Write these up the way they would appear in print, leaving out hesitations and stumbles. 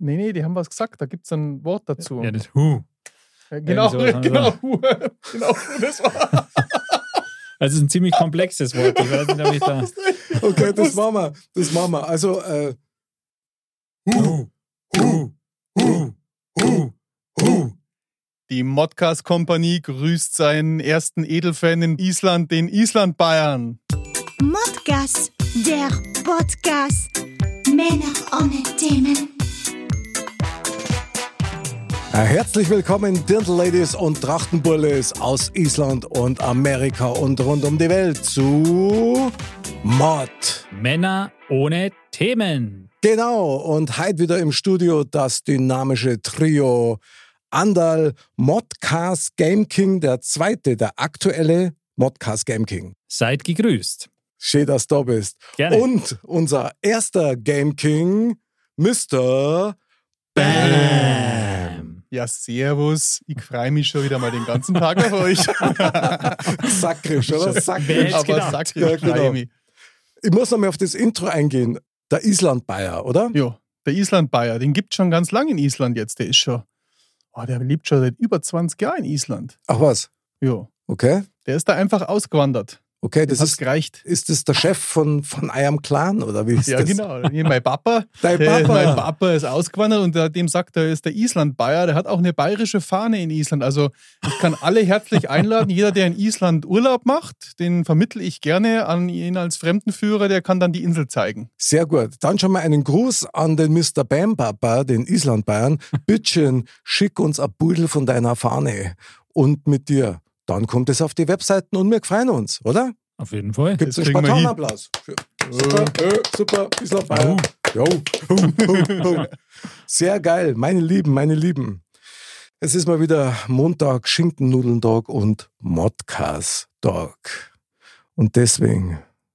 Nee, die haben was gesagt. Da gibt es ein Wort dazu. Ja, das Hu. Genau, genau, das war. Also es ist ein ziemlich komplexes Wort. Ich weiß nicht, ob ich da... Okay, das machen wir. Also, Die Modcast Kompanie grüßt seinen ersten Edelfan in Island, den Island-Bayern. Modcast, der Podcast. Männer ohne Themen. Herzlich willkommen, Dirndl-Ladies und Trachtenbullis aus Island und Amerika und rund um die Welt zu Mod. Männer ohne Themen. Genau, und heute wieder im Studio das dynamische Trio Andal, Modcast Game King, der zweite, der aktuelle Modcast Game King. Seid gegrüßt. Schön, dass du da bist. Gerne. Und unser erster Game King, Mr. Bam. Ja, servus. Ich freue mich schon wieder mal den ganzen Tag auf euch. Sakrisch, oder? Sakrisch. Aber gedacht. sakrisch Ja, freue genau. ich mich. Ich muss noch mal auf das Intro eingehen. Der Island-Bayer, oder? Jo, der Island-Bayer, den gibt es schon ganz lange in Island jetzt. Der ist schon, der lebt schon seit über 20 Jahren in Island. Ach was, Jo, okay. der ist da einfach ausgewandert. Okay, Das das hat gereicht. ist das der Chef von I Am Clan, oder wie ist Ja, das? genau. Mein Papa. Dein Papa. Mein Papa ist ausgewandert und dem sagt er, ist der Island-Bayer. Der hat auch eine bayerische Fahne in Island. Also ich kann alle herzlich einladen. Jeder, der in Island Urlaub macht, den vermittle ich gerne an ihn als Fremdenführer. Der kann dann die Insel zeigen. Sehr gut. Dann schon mal einen Gruß an den Mr. Bam Papa, den Island-Bayern. Bittchen, schick uns ein Pudel von deiner Fahne und mit dir. Dann kommt es auf die Webseiten und wir freuen uns, oder? Auf jeden Fall. Gibt es Das einen kriegen wir hin. Spartanapplaus? Super, Island-Bayern. Jo. Sehr geil, meine Lieben. Es ist mal wieder Montag, Schinkennudellentag und Modcast-Tag. Und deswegen...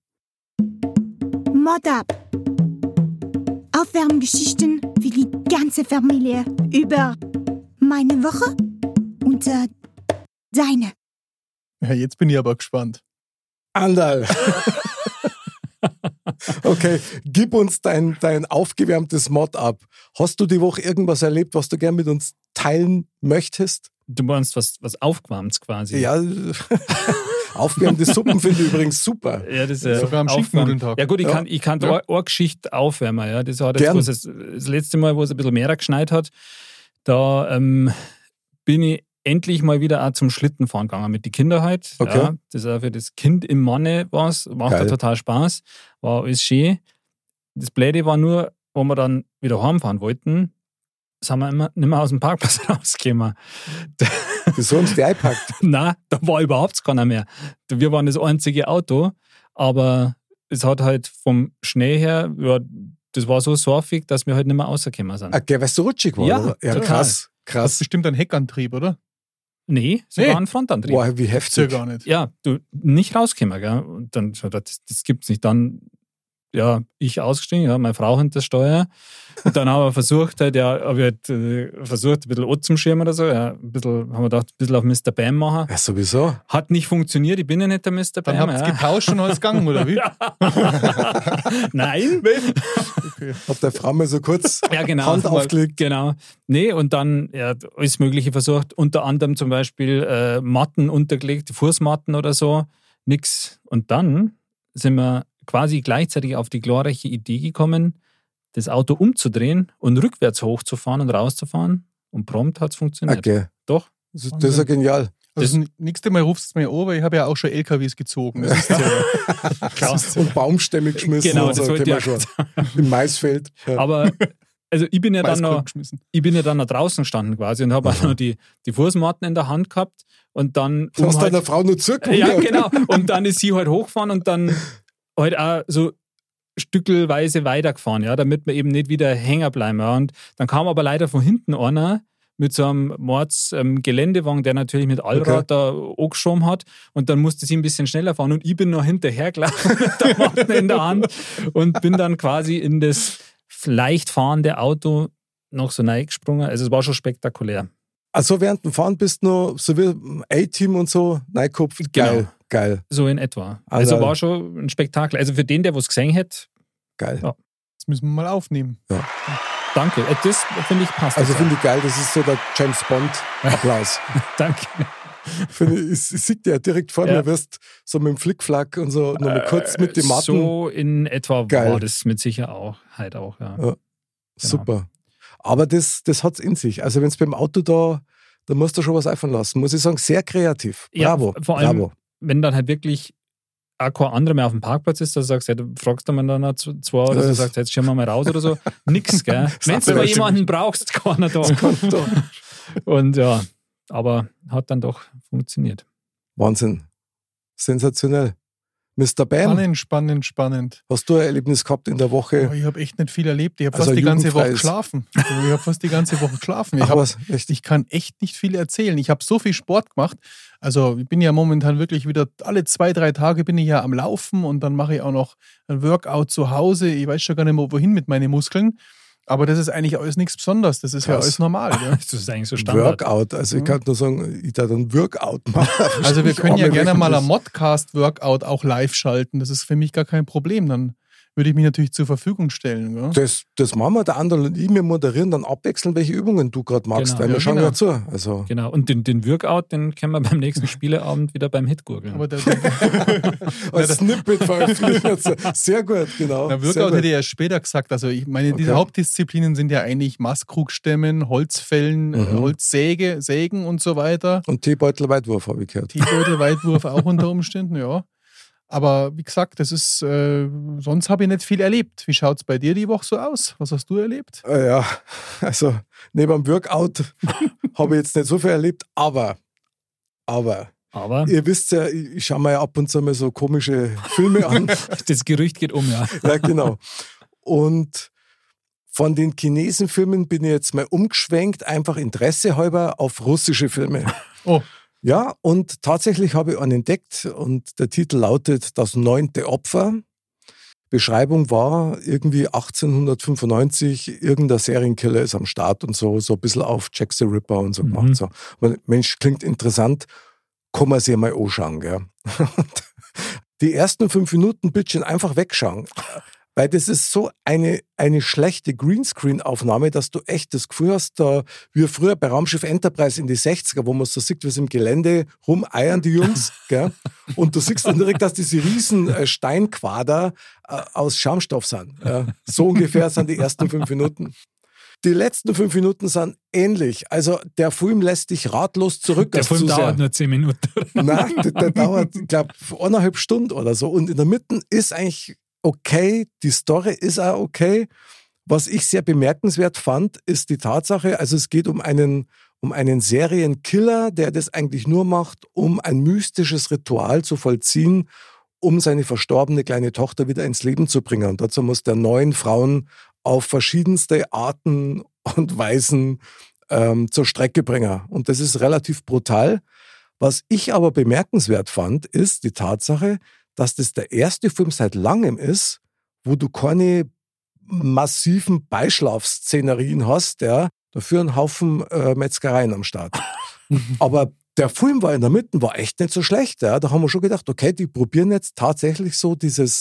Mod up. Aufwärmgeschichten für die ganze Familie über meine Woche und deine. Ja, jetzt bin ich aber gespannt. Andal. Okay, gib uns dein aufgewärmtes Mod ab. Hast du die Woche irgendwas erlebt, was du gerne mit uns teilen möchtest? Du meinst was aufgewärmt quasi. Ja, aufgewärmte Suppen finde ich übrigens super. Ja, das ist Sogar am aufwärmen. Schinknudellentag. Ja gut, Ja. ich kann Ja. eine Geschichte aufwärmen. Ja. Das war das, Gern. das letzte Mal, wo es ein bisschen mehr geschneit hat. Da bin ich endlich mal wieder auch zum Schlittenfahren gegangen mit den Kindern halt. Okay. Ja, das ist auch für das Kind im Manne was. Macht Geil. ja total Spaß. War alles schön. Das Blöde war nur, wo wir dann wieder heimfahren wollten, sind wir immer nicht mehr aus dem Parkplatz rausgekommen. Wieso haben sie die eingepackt? Nein, da war überhaupt keiner mehr. Wir waren das einzige Auto, aber es hat halt vom Schnee her, ja, das war so surfig, dass wir halt nicht mehr rausgekommen sind. Okay, weil es so rutschig war, Ja, oder? Ja, total. krass. Das ist bestimmt ein Heckantrieb, oder? Nee, sogar Nee. ein Frontantrieb. Boah, wie Gibt's ja heftig. gar nicht. Ja, du nicht rausgekommen, gell? Und dann, das gibt's nicht. Dann, ja, ich ausgestiegen, ja, meine Frau hinter das Steuer. Und dann haben wir versucht, halt, ein bisschen anzuschirmen oder so. Ja, haben wir gedacht, ein bisschen auf Mr. Bam machen. Ja, sowieso. Hat nicht funktioniert, ich bin ja nicht der Mr. Dann Bam. habt ihr Ja. getauscht und alles gegangen, oder wie? Nein. Hat der Frau mal so kurz Ja, genau. Hand aufgelegt. Genau. Nee, und dann alles Mögliche versucht. Unter anderem zum Beispiel Matten untergelegt, Fußmatten oder so. Nix. Und dann sind wir quasi gleichzeitig auf die glorreiche Idee gekommen, das Auto umzudrehen und rückwärts hochzufahren und rauszufahren. Und prompt hat es funktioniert. Okay. Doch. Das ist ja genial. Also das nächste Mal rufst du mir an, weil ich habe ja auch schon LKWs gezogen. Das ist ja, Klar. Und Baumstämme geschmissen. Genau, und das so, wollte kennen ich wir schon. Im Maisfeld. Ja. Aber also ich bin ja dann Maiskolben noch geschmissen. draußen gestanden quasi und habe auch noch die Fußmatten in der Hand gehabt und dann Du hast deiner Frau nur zurückgeholt. ja, genau. Und dann ist sie halt hochgefahren und dann halt auch so stückelweise weitergefahren, ja, damit wir eben nicht wieder hängen bleiben. Ja. Und dann kam aber leider von hinten einer mit so einem Mords-Geländewagen, der natürlich mit Allrad da angeschoben hat. Und dann musste sie ein bisschen schneller fahren und ich bin noch hinterhergelaufen mit der Matten in der Hand und bin dann quasi in das leicht fahrende Auto noch so reingesprungen. Also es war schon spektakulär. Also während dem Fahren bist du noch so wie A-Team und so, Neikopf. Geil, Genau. geil, So in etwa. Also war schon ein Spektakel. Also für den, der was gesehen hat, geil. Ja. Das müssen wir mal aufnehmen. danke. Das finde ich passt. Also das finde ich geil, das ist so der James Bond-Applaus. Danke. Ich sehe dir direkt vor mir, wirst so mit dem Flickflack und so nochmal kurz mit dem Matten. So in etwa Geil. war das mit Sicherheit auch, ja. Ja, super. Aber das hat es in sich. Also wenn es beim Auto da musst du schon was einfallen lassen. Muss ich sagen, sehr kreativ. Bravo. Ja, vor allem, bravo. wenn dann halt wirklich auch kein anderer mehr auf dem Parkplatz ist, da sagst du, fragst du mal dann noch zwei oder so, sagst jetzt schauen wir mal raus oder so. Nix, gell? Wenn du aber jemanden brauchst, keiner da. Und ja, aber hat dann doch funktioniert. Wahnsinn. Sensationell. Mr. Bam, Spannend. hast du ein Erlebnis gehabt in der Woche? Oh, ich habe echt nicht viel erlebt. Ich habe Also fast die ganze Woche jugendfreies. geschlafen. Ich habe fast die ganze Woche geschlafen. Ach was, echt? Ich kann echt nicht viel erzählen. Ich habe so viel Sport gemacht. Also ich bin ja momentan wirklich wieder, alle 2-3 Tage bin ich ja am Laufen und dann mache ich auch noch ein Workout zu Hause. Ich weiß schon gar nicht mehr, wohin mit meinen Muskeln. Aber das ist eigentlich alles nichts Besonderes. Das ist ja Krass. alles normal. Ja. Das ist eigentlich so Standard. Workout. Also ich kann nur sagen, ich da dann Workout machen. Also wir können ja Einmal gerne mal wöchentlich. ein Modcast-Workout auch live schalten. Das ist für mich gar kein Problem. Dann würde ich mich natürlich zur Verfügung stellen. Ja. Das machen wir, der andere und ich, wir moderieren dann abwechseln, welche Übungen du gerade magst, Genau. weil wir Ja, schauen genau. ja zu. Also. Genau. Und den Workout, den können wir beim nächsten Spieleabend wieder beim Hit gurgeln. Aber Als Snippet veröffentlichen. Also, sehr gut, genau. Na, Sehr Workout gut. hätte ich ja später gesagt. Also ich meine, diese Okay. Hauptdisziplinen sind ja eigentlich Maßkrugstemmen, Holzfällen, Holzsägen und so weiter. Und Teebeutelweitwurf habe ich gehört. Teebeutelweitwurf auch unter Umständen, ja. Aber wie gesagt, das ist, sonst habe ich nicht viel erlebt. Wie schaut es bei dir die Woche so aus? Was hast du erlebt? Ja, also neben dem Workout habe ich jetzt nicht so viel erlebt, aber Aber ihr wisst ja, ich schaue mir ja ab und zu mal so komische Filme an. das Gerücht geht um, ja. Ja, genau. Und von den Chinesenfilmen bin ich jetzt mal umgeschwenkt, einfach Interesse halber auf russische Filme. Oh, Ja, und tatsächlich habe ich einen entdeckt und der Titel lautet Das 9. Opfer. Beschreibung war irgendwie 1895, irgendein Serienkiller ist am Start und so ein bisschen auf Jack the Ripper und so gemacht. So. Aber Mensch, klingt interessant, kann man sich mal anschauen. Gell? Und die ersten 5 Minuten Bildschirm einfach wegschauen. Weil das ist so eine schlechte Greenscreen-Aufnahme, dass du echt das Gefühl hast, da wie früher bei Raumschiff Enterprise in die 60er, wo man so sieht, wie sie im Gelände rumeiern, die Jungs. Gell? Und du siehst dann direkt, dass diese riesen Steinquader aus Schaumstoff sind. Ja? So ungefähr sind die ersten 5 Minuten. Die letzten 5 Minuten sind ähnlich. Also der Film lässt dich ratlos zurück. Der als Film Zuseher. dauert nur 10 Minuten. Nein, der dauert, ich glaube, 1,5 Stunden oder so. Und in der Mitte ist eigentlich okay, die Story ist auch okay. Was ich sehr bemerkenswert fand, ist die Tatsache, also es geht um einen Serienkiller, der das eigentlich nur macht, um ein mystisches Ritual zu vollziehen, um seine verstorbene kleine Tochter wieder ins Leben zu bringen. Und dazu muss der 9 Frauen auf verschiedenste Arten und Weisen zur Strecke bringen. Und das ist relativ brutal. Was ich aber bemerkenswert fand, ist die Tatsache, dass das der erste Film seit langem ist, wo du keine massiven Beischlafszenerien hast, ja, dafür einen Haufen Metzgereien am Start. Aber der Film war in der Mitte, war echt nicht so schlecht. Ja. Da haben wir schon gedacht, okay, die probieren jetzt tatsächlich so dieses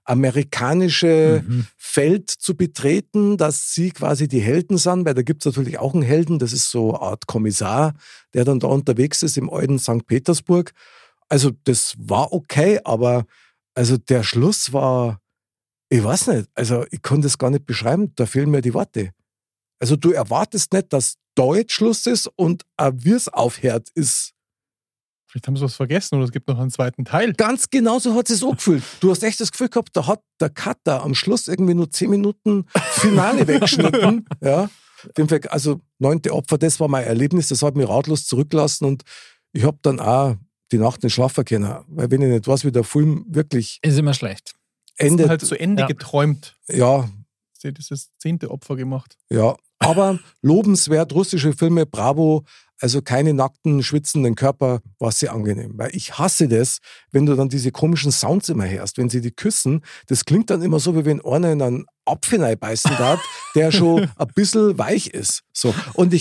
amerikanische Feld zu betreten, dass sie quasi die Helden sind, weil da gibt es natürlich auch einen Helden, das ist so eine Art Kommissar, der dann da unterwegs ist im alten St. Petersburg. Also das war okay, aber also der Schluss war, ich weiß nicht, also ich kann das gar nicht beschreiben, da fehlen mir die Worte. Also du erwartest nicht, dass da jetzt Schluss ist und wie es aufhört ist. vielleicht haben sie was vergessen oder es gibt noch einen zweiten Teil. Ganz genau so hat es sich angefühlt. Du hast echt das Gefühl gehabt, da hat der Cutter am Schluss irgendwie nur 10 Minuten Finale weggeschnitten. Ja. Auf jeden Fall, also 9. Opfer, das war mein Erlebnis, das hat mich ratlos zurückgelassen und ich habe dann auch die Nacht nicht schlafen können, weil wenn ich nicht weiß, wie der Film wirklich Ist immer schlecht. endet. Halt zu Ende Ja. geträumt. Ja, Sie hat das 10. Opfer gemacht. ja. Aber lobenswert, russische Filme, bravo. Also keine nackten, schwitzenden Körper, war sehr angenehm. Weil ich hasse das, wenn du dann diese komischen Sounds immer hörst, wenn sie die küssen. Das klingt dann immer so, wie wenn einer in einen Apfel reinbeißen darf, der schon ein bisschen weich ist. So. Und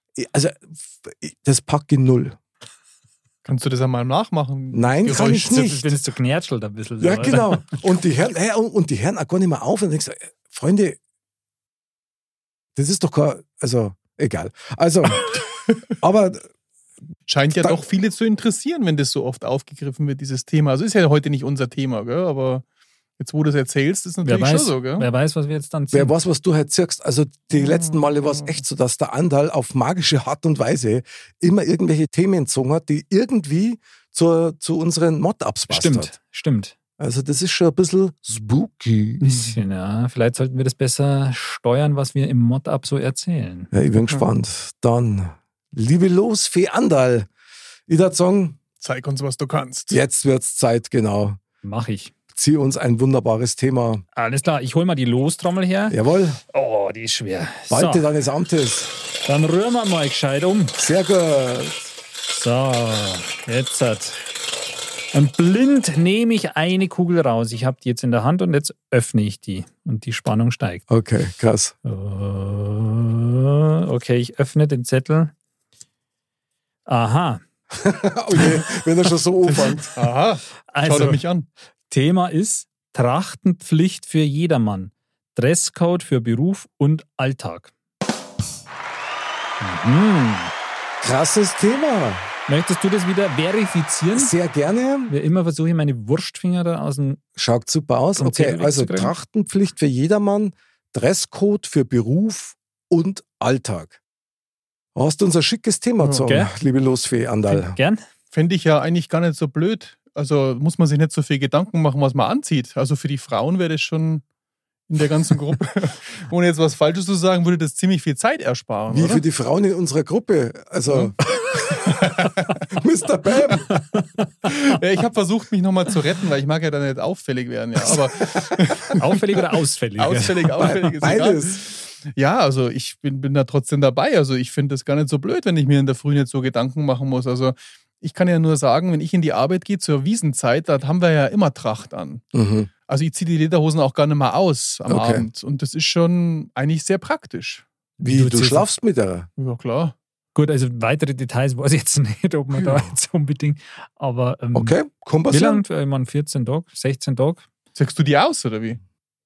das packe ich null. Kannst du das einmal nachmachen? Nein, Geräusch. kann ich nicht. Wenn es so knärtschelt ein bisschen. Ja, so, genau. Und die hören auch gar nicht mehr auf. Und denkst du, Freunde, Das ist doch kein, also egal. Also, aber Scheint ja doch viele zu interessieren, wenn das so oft aufgegriffen wird, dieses Thema. Also ist ja heute nicht unser Thema, gell? Aber jetzt, wo du es erzählst, ist natürlich schon so, gell? Wer weiß, was wir jetzt dann wer weiß, was du halt sagst. Also die letzten Male war es echt so, dass der Andal auf magische Art und Weise immer irgendwelche Themen gezogen hat, die irgendwie zu unseren Mod-Ups passt. Stimmt. Also das ist schon ein bisschen spooky. Bisschen, ja. Vielleicht sollten wir das besser steuern, was wir im Mod-Up so erzählen. Ja, ich bin gespannt. Dann, liebe Losfee Andal, ich würde sagen, Zeig uns, was du kannst. jetzt wird's Zeit, genau. Mach ich. Zieh uns ein wunderbares Thema. Alles klar, ich hole mal die Lostrommel her. Jawohl, Oh, die ist schwer. Walte So, deines Amtes. dann rühren wir mal gescheit um. Sehr gut. So, jetzt hat. Und blind nehme ich eine Kugel raus. Ich habe die jetzt in der Hand und jetzt öffne ich die. Und die Spannung steigt. Okay, krass. Okay, ich öffne den Zettel. Aha. Okay, wenn er schon so anfängt. Aha, schaut Also, er mich an. Thema ist Trachtenpflicht für jedermann. Dresscode für Beruf und Alltag. Krasses Thema. Möchtest du das wieder verifizieren? Sehr gerne. Wie immer versuche ich meine Wurstfinger da aus dem... Schaut super aus. Vom Okay, Zettel also wegzukriegen. Trachtenpflicht für jedermann, Dresscode für Beruf und Alltag. Hast du unser schickes Thema Ja, gezogen, gell? liebe Losfee Andal? Gern? Fände ich ja eigentlich gar nicht so blöd. Also muss man sich nicht so viel Gedanken machen, was man anzieht. Also für die Frauen wäre das schon in der ganzen Gruppe, ohne jetzt was Falsches zu sagen, würde das ziemlich viel Zeit ersparen. Wie oder? für die Frauen in unserer Gruppe. Also, Mr. Bam. Ja, ich habe versucht, mich nochmal zu retten, weil ich mag ja dann nicht auffällig werden. Ja. Aber Auffällig oder ausfällig? auffällig ist Beides. egal. Ja, also ich bin da trotzdem dabei. Also ich finde das gar nicht so blöd, wenn ich mir in der Früh nicht so Gedanken machen muss. Also ich kann ja nur sagen, wenn ich in die Arbeit gehe zur Wiesenzeit, da haben wir ja immer Tracht an. Mhm. Also ich ziehe die Lederhosen auch gar nicht mal aus am Okay. Abend. Und das ist schon eigentlich sehr praktisch. Wie, du schlafst mit der? Ja, klar. Gut, also weitere Details weiß ich jetzt nicht, ob man da jetzt unbedingt... Aber Okay, komm wie passieren. lange? Ich meine 14 Tage, 16 Tage? Sagst du die aus, oder wie?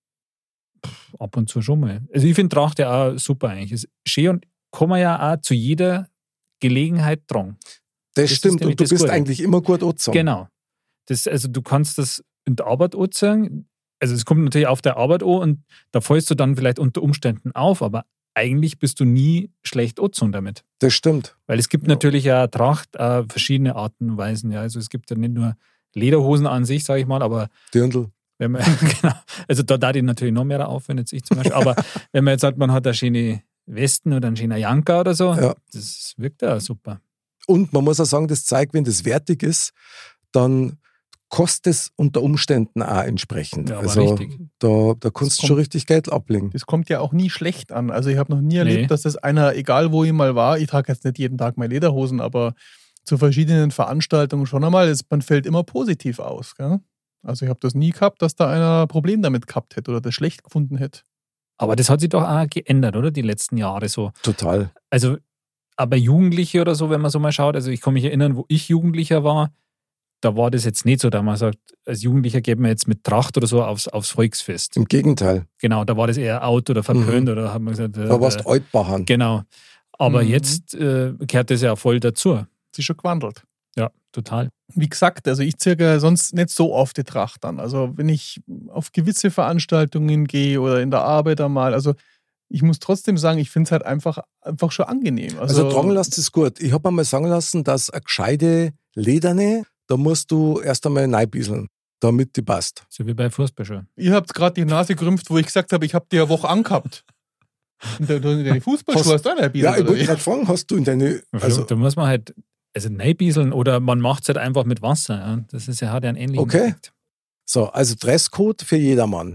Ab und zu schon mal. Also ich finde Tracht ja auch super eigentlich. Ist schön und kann man ja auch zu jeder Gelegenheit tragen. Das ist stimmt. nämlich Und du das bist Gute. eigentlich immer gut angezogen. Genau. Also du kannst das in der Arbeit anziehen. Also es kommt natürlich auf der Arbeit an und da fällst du dann vielleicht unter Umständen auf, aber eigentlich bist du nie schlecht angezogen damit. Das stimmt. Weil es gibt natürlich ja Tracht, verschiedene Arten und Weisen. Ja. Also es gibt ja nicht nur Lederhosen an sich, sage ich mal, aber Dirndl. wenn man, genau, also da die natürlich noch mehr auf, wenn jetzt ich zum Beispiel, aber wenn man jetzt sagt, man hat eine schöne Westen oder einen schönen Janker oder so, Ja. das wirkt ja super. Und man muss auch sagen, das zeigt, wenn das wertig ist, dann kostet es unter Umständen auch entsprechend. Ja, aber also richtig. da kannst du kommt- schon richtig Geld ablegen. Das kommt ja auch nie schlecht an. Also ich habe noch nie Nee. erlebt, dass das einer, egal wo ich mal war, ich trage jetzt nicht jeden Tag meine Lederhosen, aber zu verschiedenen Veranstaltungen schon einmal, man fällt immer positiv aus. Gell? Also ich habe das nie gehabt, dass da einer ein Problem damit gehabt hätte oder das schlecht gefunden hätte. Aber das hat sich doch auch geändert, oder? Die letzten Jahre so. Total. Also, aber Jugendliche oder so, wenn man so mal schaut, also ich kann mich erinnern, wo ich Jugendlicher war, da war das jetzt nicht so, da man sagt, als Jugendlicher geht man jetzt mit Tracht oder so aufs Volksfest. Im Gegenteil. Genau, da war das eher out oder verpönt oder hat man gesagt, Da warst du altbachern. genau. Aber Mhm. jetzt gehört das ja voll dazu. Das ist schon gewandelt. Ja, total. Wie gesagt, also ich ziehe ja sonst nicht so oft die Tracht an. Also wenn ich auf gewisse Veranstaltungen gehe oder in der Arbeit einmal, also ich muss trotzdem sagen, ich finde es halt einfach schon angenehm. Also tragen lassen ist gut. Ich habe einmal sagen lassen, dass eine gescheite Lederne, da musst du erst einmal reinbieseln, damit die passt. So wie bei Fußball schon. Ihr habt gerade die Nase gerümpft, wo ich gesagt habe, ich habe die eine Woche angehabt. Und deine Fußballschuhe hast du auch nicht Ja, ich oder wollte wie? gerade fragen, hast du in deine... Also, Also, da muss man halt, also neibieseln oder man macht es halt einfach mit Wasser. Ja. Das ist ja, hat ja einen ähnlichen Okay. Effekt. so, also Dresscode für jedermann.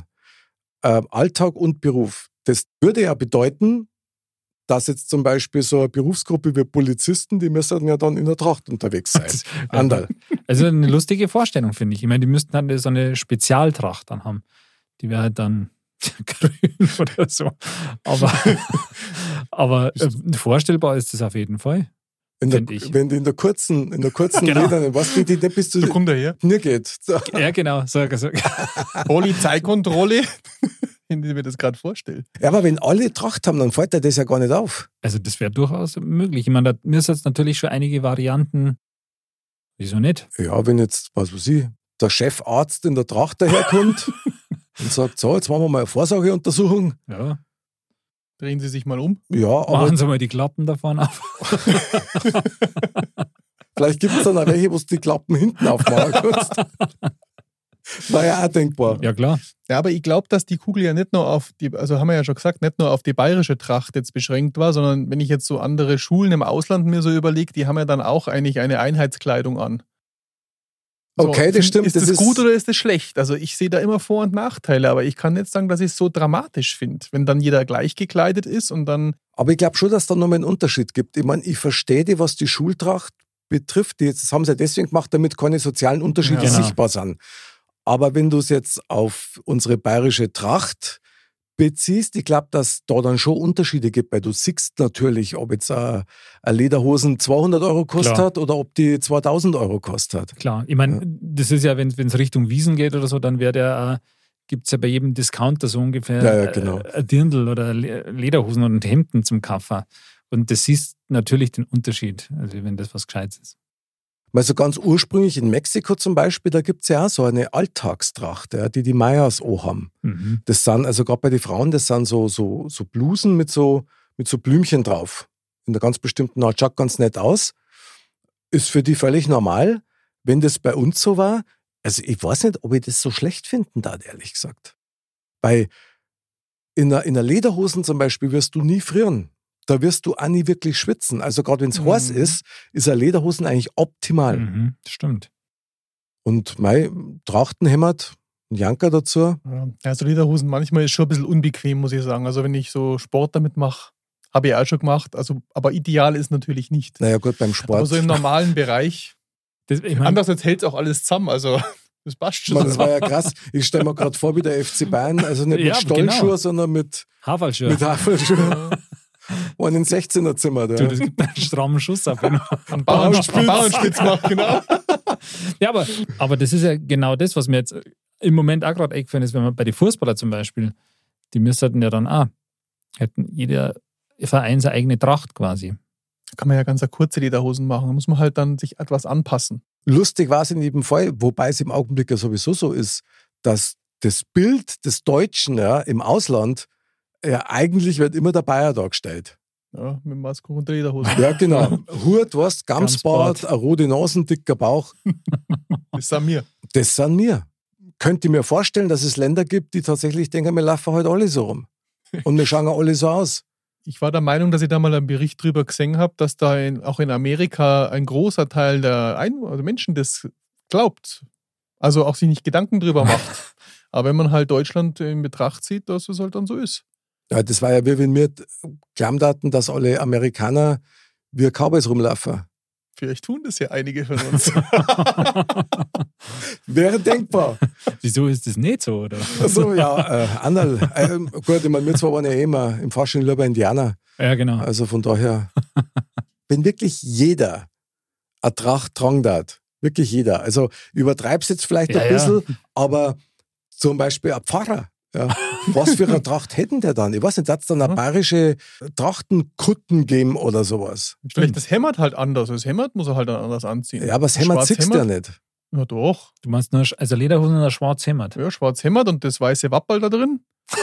Alltag und Beruf. Das würde ja bedeuten, dass jetzt zum Beispiel so eine Berufsgruppe wie Polizisten, die müssen ja dann in der Tracht unterwegs sein. Anderl. Also eine lustige Vorstellung, finde ich. Ich meine, die müssten halt so eine Spezialtracht dann haben. Die wäre halt dann grün oder so. Aber vorstellbar ist das auf jeden Fall. Find ich. Wenn die in der kurzen Genau. Ledernen, was die nicht bis Da zu kommt er her. mir geht. So. Ja, genau. So. Polizeikontrolle. wenn ich mir das gerade vorstelle. Ja, aber wenn alle Tracht haben, dann fällt dir das ja gar nicht auf. Also das wäre durchaus möglich. Ich meine, mir ist jetzt natürlich schon einige Varianten. Wieso nicht? Ja, wenn jetzt, was weiß ich, der Chefarzt in der Tracht daherkommt und sagt, so, jetzt machen wir mal eine Vorsorgeuntersuchung. Ja. Drehen Sie sich mal um. Ja, aber Machen Sie mal die Klappen davon auf. vielleicht gibt es dann auch welche, wo du die Klappen hinten aufmachen kannst. War ja auch denkbar. Ja, klar. Ja, aber ich glaube, dass die Kugel ja nicht nur auf die, also haben wir ja schon gesagt, nicht nur auf die bayerische Tracht jetzt beschränkt war, sondern wenn ich jetzt so andere Schulen im Ausland mir so überlege, die haben ja dann auch eigentlich eine Einheitskleidung an. So, Okay, das stimmt. Ist das gut oder ist das schlecht? Also ich sehe da immer Vor- und Nachteile, aber ich kann nicht sagen, dass ich es so dramatisch finde, wenn dann jeder gleich gekleidet ist und dann... Aber ich glaube schon, dass da nochmal einen Unterschied gibt. Ich meine, ich verstehe die, was die Schultracht betrifft. Das haben sie ja deswegen gemacht, damit keine sozialen Unterschiede Ja, genau. sichtbar sind. Aber wenn du es jetzt auf unsere bayerische Tracht beziehst, ich glaube, dass da dann schon Unterschiede gibt, weil du siehst natürlich, ob jetzt eine Lederhosen 200 Euro kostet Klar. hat oder ob die 2000 Euro kostet hat. Klar. Ich meine, das ist ja, wenn es Richtung Wiesen geht oder so, dann gibt es ja bei jedem Discounter so ungefähr Ja, genau. ein Dirndl oder Lederhosen und Hemden zum Kaufen. Und das siehst natürlich den Unterschied, also wenn das was Gescheites ist. Weil so ganz ursprünglich in Mexiko zum Beispiel, da gibt es ja auch so eine Alltagstracht, ja, die Mayas haben. Mhm. Das sind, also gerade bei den Frauen, das sind so Blusen mit so Blümchen drauf. In einer ganz bestimmten Art, schaut ganz nett aus. Ist für die völlig normal. Wenn das bei uns so war, also ich weiß nicht, ob ich das so schlecht finden darf, ehrlich gesagt. Weil in einer Lederhosen zum Beispiel wirst du nie frieren. Da wirst du auch nie wirklich schwitzen. Also gerade wenn es heiß ist eine Lederhosen eigentlich optimal. Mhm. Das stimmt. Und mein Trachtenhemd, ein Janker dazu. Ja, also Lederhosen manchmal ist schon ein bisschen unbequem, muss ich sagen. Also wenn ich so Sport damit mache, habe ich auch schon gemacht. Also, aber ideal ist natürlich nicht. Naja gut, beim Aber Sport. so im normalen Bereich. Ich mein, Andererseits hält es auch alles zusammen. Also das passt schon. Das war ja krass. Ich stelle mir gerade vor, wie der FC Bayern, also nicht Ja, mit Stollenschuhen, genau. sondern mit Haferlschuhe. Haferschuhen. Und in 16er-Zimmer. Du, das gibt einen strammen Schuss ab. An Bauernspitz macht, genau. Ja, aber das ist ja genau das, was mir jetzt im Moment auch gerade eingefallen ist, wenn man bei den Fußballer zum Beispiel, die müssten ja dann auch, hätten jeder Verein seine eigene Tracht quasi. Kann man ja ganz kurze Lederhosen machen. Da muss man halt dann sich etwas anpassen. Lustig war es in jedem Fall, wobei es im Augenblick ja sowieso so ist, dass das Bild des Deutschen ja, im Ausland ja eigentlich wird immer der Bayer dargestellt. Ja, mit Maske und Lederhosen. Ja, genau. Hut, was, Gamsbart, Gamsbart. eine rote Nase, dicker Bauch. Das sind wir. Das sind wir. Könnte ich mir vorstellen, dass es Länder gibt, die tatsächlich denken, wir laufen halt alle so rum. Und wir schauen auch alle so aus. Ich war der Meinung, dass ich da mal einen Bericht drüber gesehen habe, dass da auch in Amerika ein großer Teil der Menschen das glaubt. Also auch sich nicht Gedanken drüber macht. Aber wenn man halt Deutschland in Betracht zieht, dass es halt dann so ist. Ja, das war ja wie wenn wir glauben hatten, dass alle Amerikaner wie Cowboys rumlaufen. Vielleicht tun das ja einige von uns. Wäre denkbar. Wieso ist das nicht so, oder? Also ja, Annal. Gut, ich meine, wir zwei waren ja immer im Fasching lieber Indianer. Ja, genau. Also von daher, wenn wirklich jeder eine Tracht tragen darf, wirklich jeder, also übertreib's jetzt vielleicht Ja, ein bisschen, aber zum Beispiel ein Pfarrer, ja, was für eine Tracht hätten der dann? Ich weiß nicht, hat es dann eine bayerische Trachtenkutten geben oder sowas? Vielleicht das Hemd halt anders. Das Hemd muss er halt dann anders anziehen. Ja, aber das Hemd Schwarz siehst du ja nicht. Ja, doch. Du meinst nur, also Lederhosen und ein schwarzes Hemd. Ja, schwarz Hemd und das weiße Wappel da drin.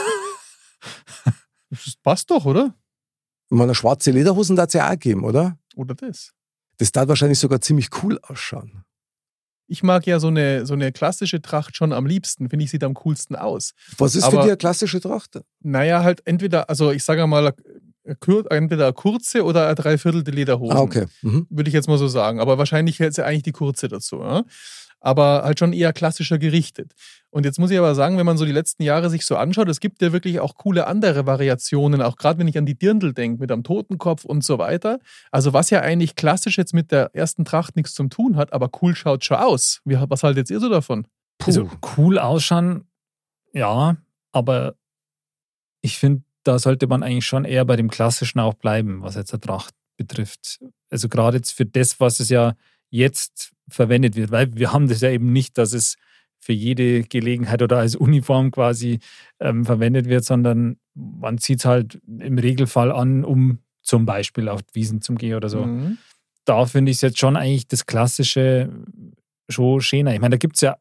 Das passt doch, oder? Ich meine, schwarze Lederhosen darf es ja auch geben, oder? Oder das? Das darf wahrscheinlich sogar ziemlich cool ausschauen. Ich mag ja so eine klassische Tracht schon am liebsten. Finde ich, sieht am coolsten aus. Was ist für Aber- dich eine klassische Tracht? Naja, halt entweder, also ich sage mal, entweder eine kurze oder eine dreiviertelte Lederhose. Ah, okay. Mhm. Würde ich jetzt mal so sagen. Aber wahrscheinlich hält sie eigentlich die kurze dazu. Ja? Aber halt schon eher klassischer gerichtet. Und jetzt muss ich aber sagen, wenn man so die letzten Jahre sich so anschaut, es gibt ja wirklich auch coole andere Variationen, auch gerade wenn ich an die Dirndl denke, mit einem Totenkopf und so weiter. Also was ja eigentlich klassisch jetzt mit der ersten Tracht nichts zu tun hat, aber cool schaut schon aus. Was haltet ihr so davon? Also cool ausschauen, ja, aber ich finde, da sollte man eigentlich schon eher bei dem Klassischen auch bleiben, was jetzt eine Tracht betrifft. Also gerade jetzt für das, was es ja jetzt verwendet wird, weil wir haben das ja eben nicht, dass es für jede Gelegenheit oder als Uniform quasi verwendet wird, sondern man zieht es halt im Regelfall an, um zum Beispiel auf die Wiesen zu gehen oder so. Mhm. Da finde ich es jetzt schon eigentlich das Klassische schon schöner. Ich meine,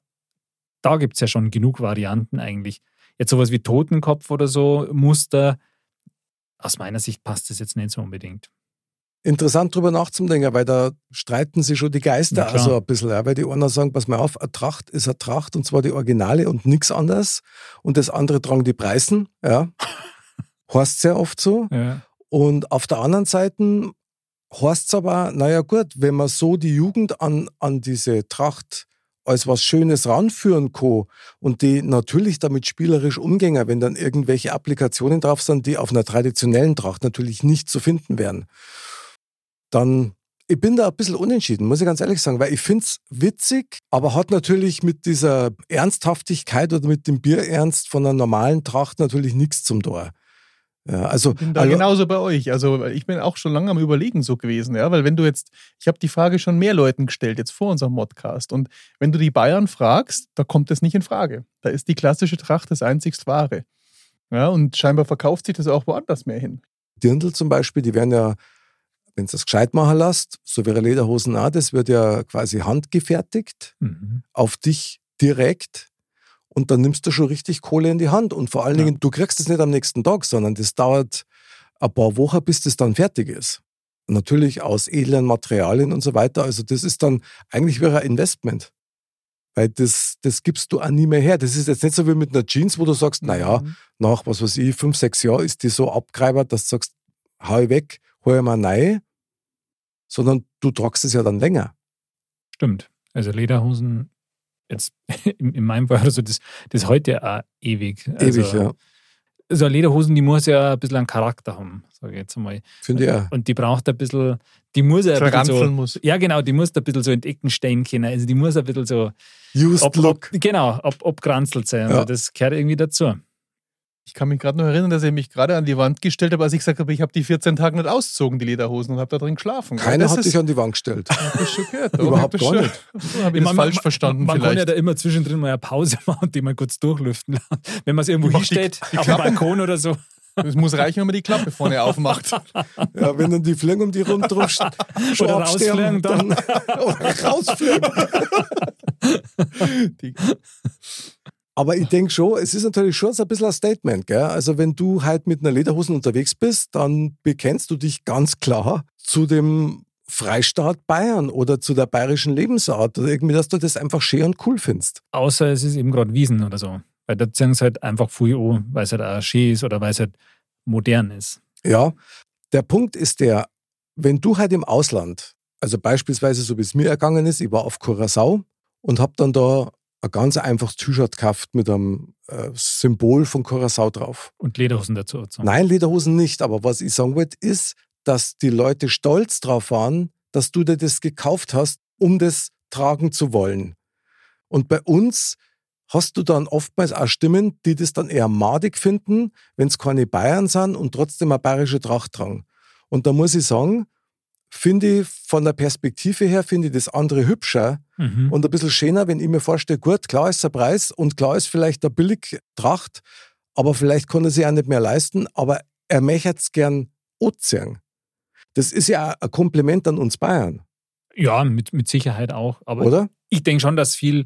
da gibt's ja schon genug Varianten eigentlich. Jetzt sowas wie Totenkopf oder so, Muster, aus meiner Sicht passt das jetzt nicht so unbedingt. Interessant drüber nachzudenken, weil da streiten sich schon die Geister Ja, klar. also ein bisschen. Ja, weil die einen sagen, pass mal auf, eine Tracht ist eine Tracht und zwar die Originale und nichts anderes. Und das andere tragen die Preisen. Ja. Heißt sehr oft so. Ja. Und auf der anderen Seite heißt es aber, naja gut, wenn man so die Jugend an diese Tracht als was Schönes ranführen kann und die natürlich damit spielerisch umgehen, wenn dann irgendwelche Applikationen drauf sind, die auf einer traditionellen Tracht natürlich nicht zu finden wären, dann, ich bin da ein bisschen unentschieden, muss ich ganz ehrlich sagen, weil ich finde es witzig, aber hat natürlich mit dieser Ernsthaftigkeit oder mit dem Bierernst von einer normalen Tracht natürlich nichts zum Tor. Ja, also, Ich bin da genauso bei euch. Also ich bin auch schon lange am Überlegen so gewesen, ja, weil wenn du jetzt, ich habe die Frage schon mehr Leuten gestellt, jetzt vor unserem Modcast, und wenn du die Bayern fragst, da kommt das nicht in Frage. Da ist die klassische Tracht das einzigst Wahre. Ja, und scheinbar verkauft sich das auch woanders mehr hin. Dirndl zum Beispiel, die werden ja, wenn du das gescheit machen lässt, so wie Lederhosen auch, das wird ja quasi handgefertigt, auf dich direkt. Und dann nimmst du schon richtig Kohle in die Hand. Und vor allen Dingen, du kriegst es nicht am nächsten Tag, sondern das dauert ein paar Wochen, bis das dann fertig ist. Natürlich aus edlen Materialien und so weiter. Also das ist dann eigentlich wie ein Investment. Weil das gibst du auch nie mehr her. Das ist jetzt nicht so wie mit einer Jeans, wo du sagst, naja, nach, was weiß ich, 5, 6 Jahren ist die so abgereibert, dass du sagst, hau ich weg, hol ich mal neu. Sondern du tragst es ja dann länger. Stimmt. Also Lederhosen, jetzt in meinem Fall, also das heute ja auch ewig. Also, Ewig, ja. Also Lederhosen, die muss ja ein bisschen einen Charakter haben, sage ich jetzt einmal. Finde ich auch. Und die braucht ein bisschen, die muss ja ein bisschen so, muss. ja genau, die muss ein bisschen so in die Ecken stehen können. Also die muss ein bisschen so Used Look. abgranzelt sein. Ja. Also das gehört irgendwie dazu. Ich kann mich gerade noch erinnern, dass ich mich gerade an die Wand gestellt habe, als ich gesagt habe, ich habe die 14 Tage nicht ausgezogen, die Lederhosen, und habe da drin geschlafen. Keiner hat dich an die Wand gestellt. Hab ich schon gehört. Überhaupt gar nicht. Habe ich das falsch verstanden Man kann ja vielleicht. da immer zwischendrin mal eine Pause machen und die mal kurz durchlüften lassen. Wenn man es irgendwo hinstellt, auf dem Balkon oder so. Es muss reichen, wenn man die Klappe vorne aufmacht. Ja, wenn dann die Fliegen um die rundherum schon Oder absterben, rausfliegen dann. oder rausfliegen. Die, Aber ich denke schon, es ist natürlich schon so ein bisschen ein Statement. Gell? Also wenn du halt mit einer Lederhose unterwegs bist, dann bekennst du dich ganz klar zu dem Freistaat Bayern oder zu der bayerischen Lebensart oder irgendwie, dass du das einfach schön und cool findest. Außer es ist eben gerade Wiesen oder so. Weil da ziehen sie halt einfach viel an, weil es halt auch schön ist oder weil es halt modern ist. Ja, der Punkt ist der, wenn du halt im Ausland, also beispielsweise so wie es mir ergangen ist, ich war auf Curaçao und habe dann da ein ganz einfaches T-Shirt gekauft mit einem Symbol von Curaçao drauf. Und Lederhosen dazu. So. Nein, Lederhosen nicht, aber was ich sagen wollte, ist, dass die Leute stolz drauf waren, dass du dir das gekauft hast, um das tragen zu wollen. Und bei uns hast du dann oftmals auch Stimmen, die das dann eher madig finden, wenn es keine Bayern sind und trotzdem eine bayerische Tracht tragen. Und da muss ich sagen, finde ich von der Perspektive her, finde ich das andere hübscher und ein bisschen schöner, wenn ich mir vorstelle, gut, klar ist der Preis und klar ist vielleicht eine Billigtracht, aber vielleicht kann er sich auch nicht mehr leisten, aber er möchte es gern anziehen. Das ist ja auch ein Kompliment an uns Bayern. Ja, mit Sicherheit auch. Aber Oder? ich denke schon, dass viel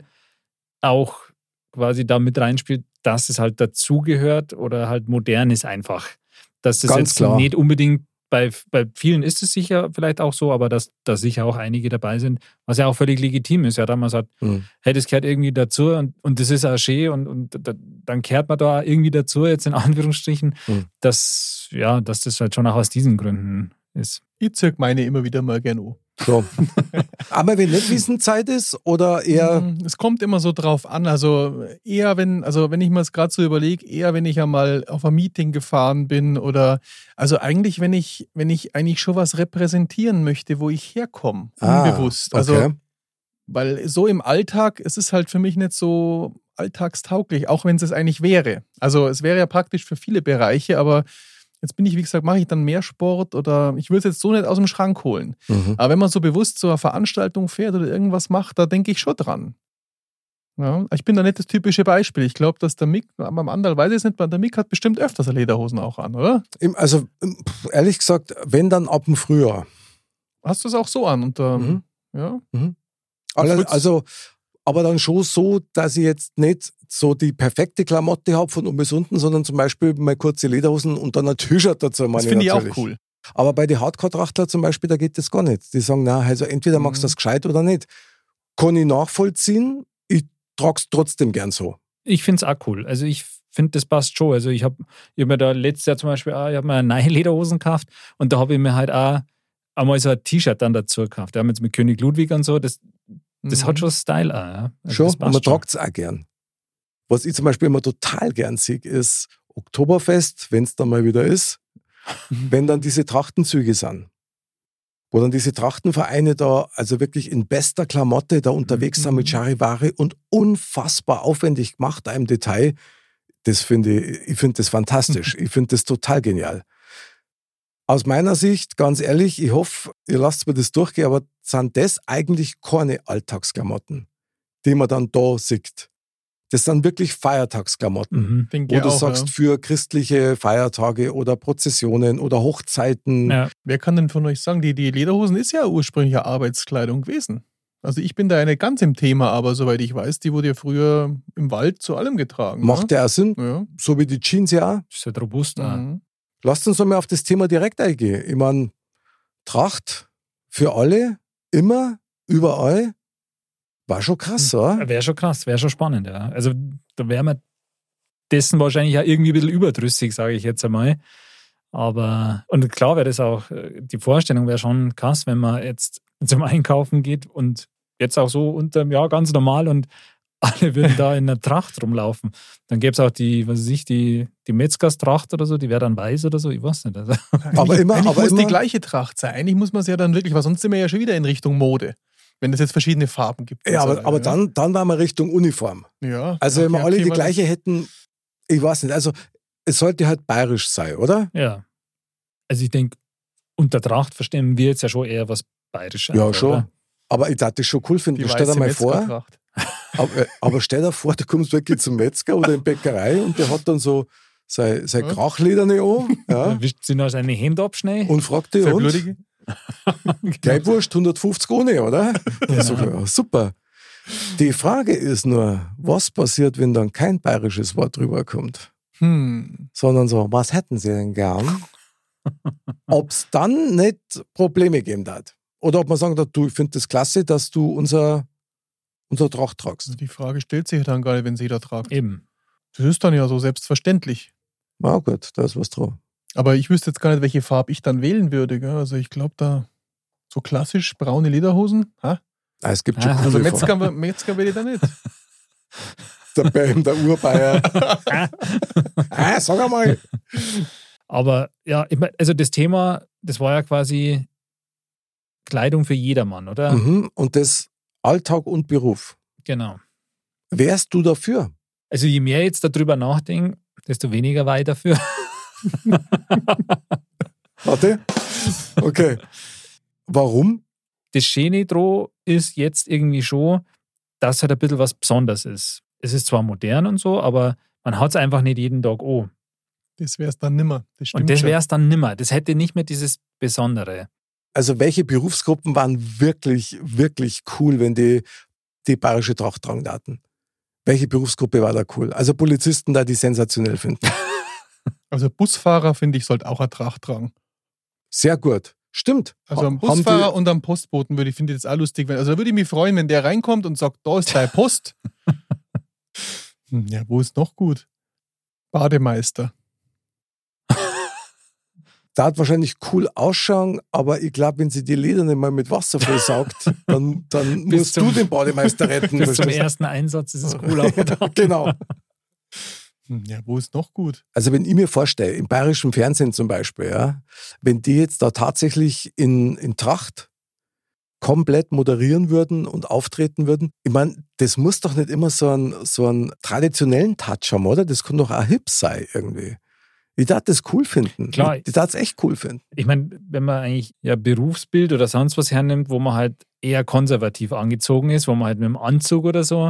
auch quasi da mit reinspielt, dass es halt dazugehört oder halt modern ist einfach. Dass das Ganz jetzt klar. nicht unbedingt, bei vielen ist es sicher vielleicht auch so, aber dass da sicher auch einige dabei sind, was ja auch völlig legitim ist. Ja, da man sagt, hey, das gehört irgendwie dazu und das ist auch schön und dann kehrt man da irgendwie dazu, jetzt in Anführungsstrichen, dass das halt schon auch aus diesen Gründen ist. ich zirk meine immer wieder mal gern an. So. Aber wenn nicht Wiesenzeit ist oder eher. Es kommt immer so drauf an. Also eher, wenn ich mir es gerade so überlege, eher wenn ich einmal auf ein Meeting gefahren bin oder also eigentlich, wenn ich eigentlich schon was repräsentieren möchte, wo ich herkomme, unbewusst. Okay. Also, weil so im Alltag, es ist halt für mich nicht so alltagstauglich, auch wenn es eigentlich wäre. Also es wäre ja praktisch für viele Bereiche, aber jetzt bin ich, wie gesagt, mache ich dann mehr Sport oder ich will es jetzt so nicht aus dem Schrank holen. Aber wenn man so bewusst so eine Veranstaltung fährt oder irgendwas macht, da denke ich schon dran. Ja, ich bin da nicht das typische Beispiel. Ich glaube, dass der Mick, beim anderen weiß ich es nicht, der Mick hat bestimmt öfters Lederhosen auch an, oder? Also, ehrlich gesagt, wenn dann ab dem Frühjahr. Hast du es auch so an? Und, Mhm. ja? Also, aber dann schon so, dass ich jetzt nicht so die perfekte Klamotte habe von oben bis unten, sondern zum Beispiel mal kurze Lederhosen und dann ein T-Shirt dazu. Das finde ich auch cool. Aber bei den Hardcore-Trachtler zum Beispiel, da geht das gar nicht. Die sagen, na, also entweder magst du das gescheit oder nicht. Kann ich nachvollziehen, ich trage es trotzdem gern so. Ich finde es auch cool. Also ich finde, das passt schon. Also ich hab mir da letztes Jahr zum Beispiel auch, ich habe mir neue Lederhosen gekauft und da habe ich mir halt auch einmal so ein T-Shirt dann dazu gekauft. Wir haben jetzt mit König Ludwig und so, das hat schon Style auch. Ja. Also schon, und man tragt es auch gern. Was ich zum Beispiel immer total gern sehe, ist Oktoberfest, wenn es dann mal wieder ist, wenn dann diese Trachtenzüge sind. Wo dann diese Trachtenvereine da, also wirklich in bester Klamotte da unterwegs sind mit Charivari und unfassbar aufwendig gemacht da im Detail. Das finde ich finde das fantastisch. Ich finde das total genial. Aus meiner Sicht, ganz ehrlich, ich hoffe, ihr lasst mir das durchgehen, aber sind das eigentlich keine Alltagsklamotten, die man dann da sieht. Das sind wirklich Feiertagsklamotten, wo du sagst, für christliche Feiertage oder Prozessionen oder Hochzeiten. Ja. Wer kann denn von euch sagen, die Lederhosen ist ja ursprünglich ja Arbeitskleidung gewesen. Also ich bin da nicht ganz im Thema, aber soweit ich weiß, die wurde ja früher im Wald zu allem getragen. Macht ja auch Sinn, ja. So wie die Jeans ja auch. Das ist halt robust. Lasst uns mal auf das Thema direkt eingehen. Ich meine, Tracht für alle, immer, überall, war schon krass, oder? Wäre schon krass, wäre schon spannend, ja. Also da wäre man dessen wahrscheinlich auch irgendwie ein bisschen überdrüssig, sage ich jetzt einmal. Aber, und klar wäre das auch, die Vorstellung wäre schon krass, wenn man jetzt zum Einkaufen geht und jetzt auch so unterm Jahr ganz normal und alle würden da in einer Tracht rumlaufen. Dann gäbe es auch die, was weiß ich, die Metzgerstracht oder so, die wäre dann weiß oder so, ich weiß nicht. Also. Aber immer muss die gleiche Tracht sein. Eigentlich muss man es ja dann wirklich, weil sonst sind wir ja schon wieder in Richtung Mode. Wenn es jetzt verschiedene Farben gibt. Ja, aber dann waren wir Richtung Uniform. Ja. Also wenn wir alle die gleiche hätten, ich weiß nicht, also es sollte halt bayerisch sein, oder? Ja. Also ich denke, unter Tracht verstehen wir jetzt ja schon eher was Bayerisches. Ja, schon. Oder? Aber ich dachte, das schon cool finden. Stell dir mal vor, aber stell dir vor, du kommst wirklich zum Metzger oder in die Bäckerei und der hat dann so sein Krachlederne an. Ja. Dann wischt sie noch seine Hände ab schnell. Und fragt dich, Geibwurst 150 ohne, oder? Ja. So, ja, super. Die Frage ist nur, was passiert, wenn dann kein bayerisches Wort drüber kommt? Sondern so, was hätten sie denn gern? Ob es dann nicht Probleme geben hat. Oder ob man sagen darf, du, ich finde das klasse, dass du unser Tracht tragst. Also die Frage stellt sich dann gar nicht, wenn sie da tragt. Eben. Das ist dann ja so selbstverständlich. Na gut, da ist was dran. Aber ich wüsste jetzt gar nicht, welche Farbe ich dann wählen würde. Gell? Also ich glaube, da so klassisch braune Lederhosen. Ha? Es gibt schon also Metzger will ich da nicht. Der Bam, der Urbayer. Sag einmal. Aber ja, ich mein, also das Thema, das war ja quasi Kleidung für jedermann, oder? Und das Alltag und Beruf. Genau. Wärst du dafür? Also je mehr ich jetzt darüber nachdenke, desto weniger war ich dafür. Warte. Okay. Warum? Das Schöne dran ist jetzt irgendwie schon, dass halt ein bisschen was Besonderes ist. Es ist zwar modern und so, aber man hat es einfach nicht jeden Tag an. Das wäre es dann nimmer. Und das wäre es dann nimmer. Das hätte nicht mehr dieses Besondere. Also welche Berufsgruppen waren wirklich, wirklich cool, wenn die bayerische Tracht tragen hatten? Welche Berufsgruppe war da cool? Also Polizisten da, die sensationell finden. Also Busfahrer, finde ich, sollte auch eine Tracht tragen. Sehr gut. Stimmt. Also am Busfahrer und am Postboten finde ich das auch lustig. Also da würde ich mich freuen, wenn der reinkommt und sagt, da ist deine Post. Ja, wo ist noch gut? Bademeister. Da hat wahrscheinlich cool ausschauen, aber ich glaube, wenn sie die Leder nicht mal mit Wasser vollsaugt, dann musst du den Bademeister retten. Bis zum ersten Einsatz ist es cool auch. Genau. Ja, wo ist noch gut? Also wenn ich mir vorstelle, im bayerischen Fernsehen zum Beispiel, ja, wenn die jetzt da tatsächlich in Tracht komplett moderieren würden und auftreten würden, ich meine, das muss doch nicht immer so einen traditionellen Touch haben, oder? Das kann doch auch hip sein irgendwie. Ich darf das cool finden. Klar. Ich darf es echt cool finden. Ich meine, wenn man eigentlich ja Berufsbild oder sonst was hernimmt, wo man halt eher konservativ angezogen ist, wo man halt mit dem Anzug oder so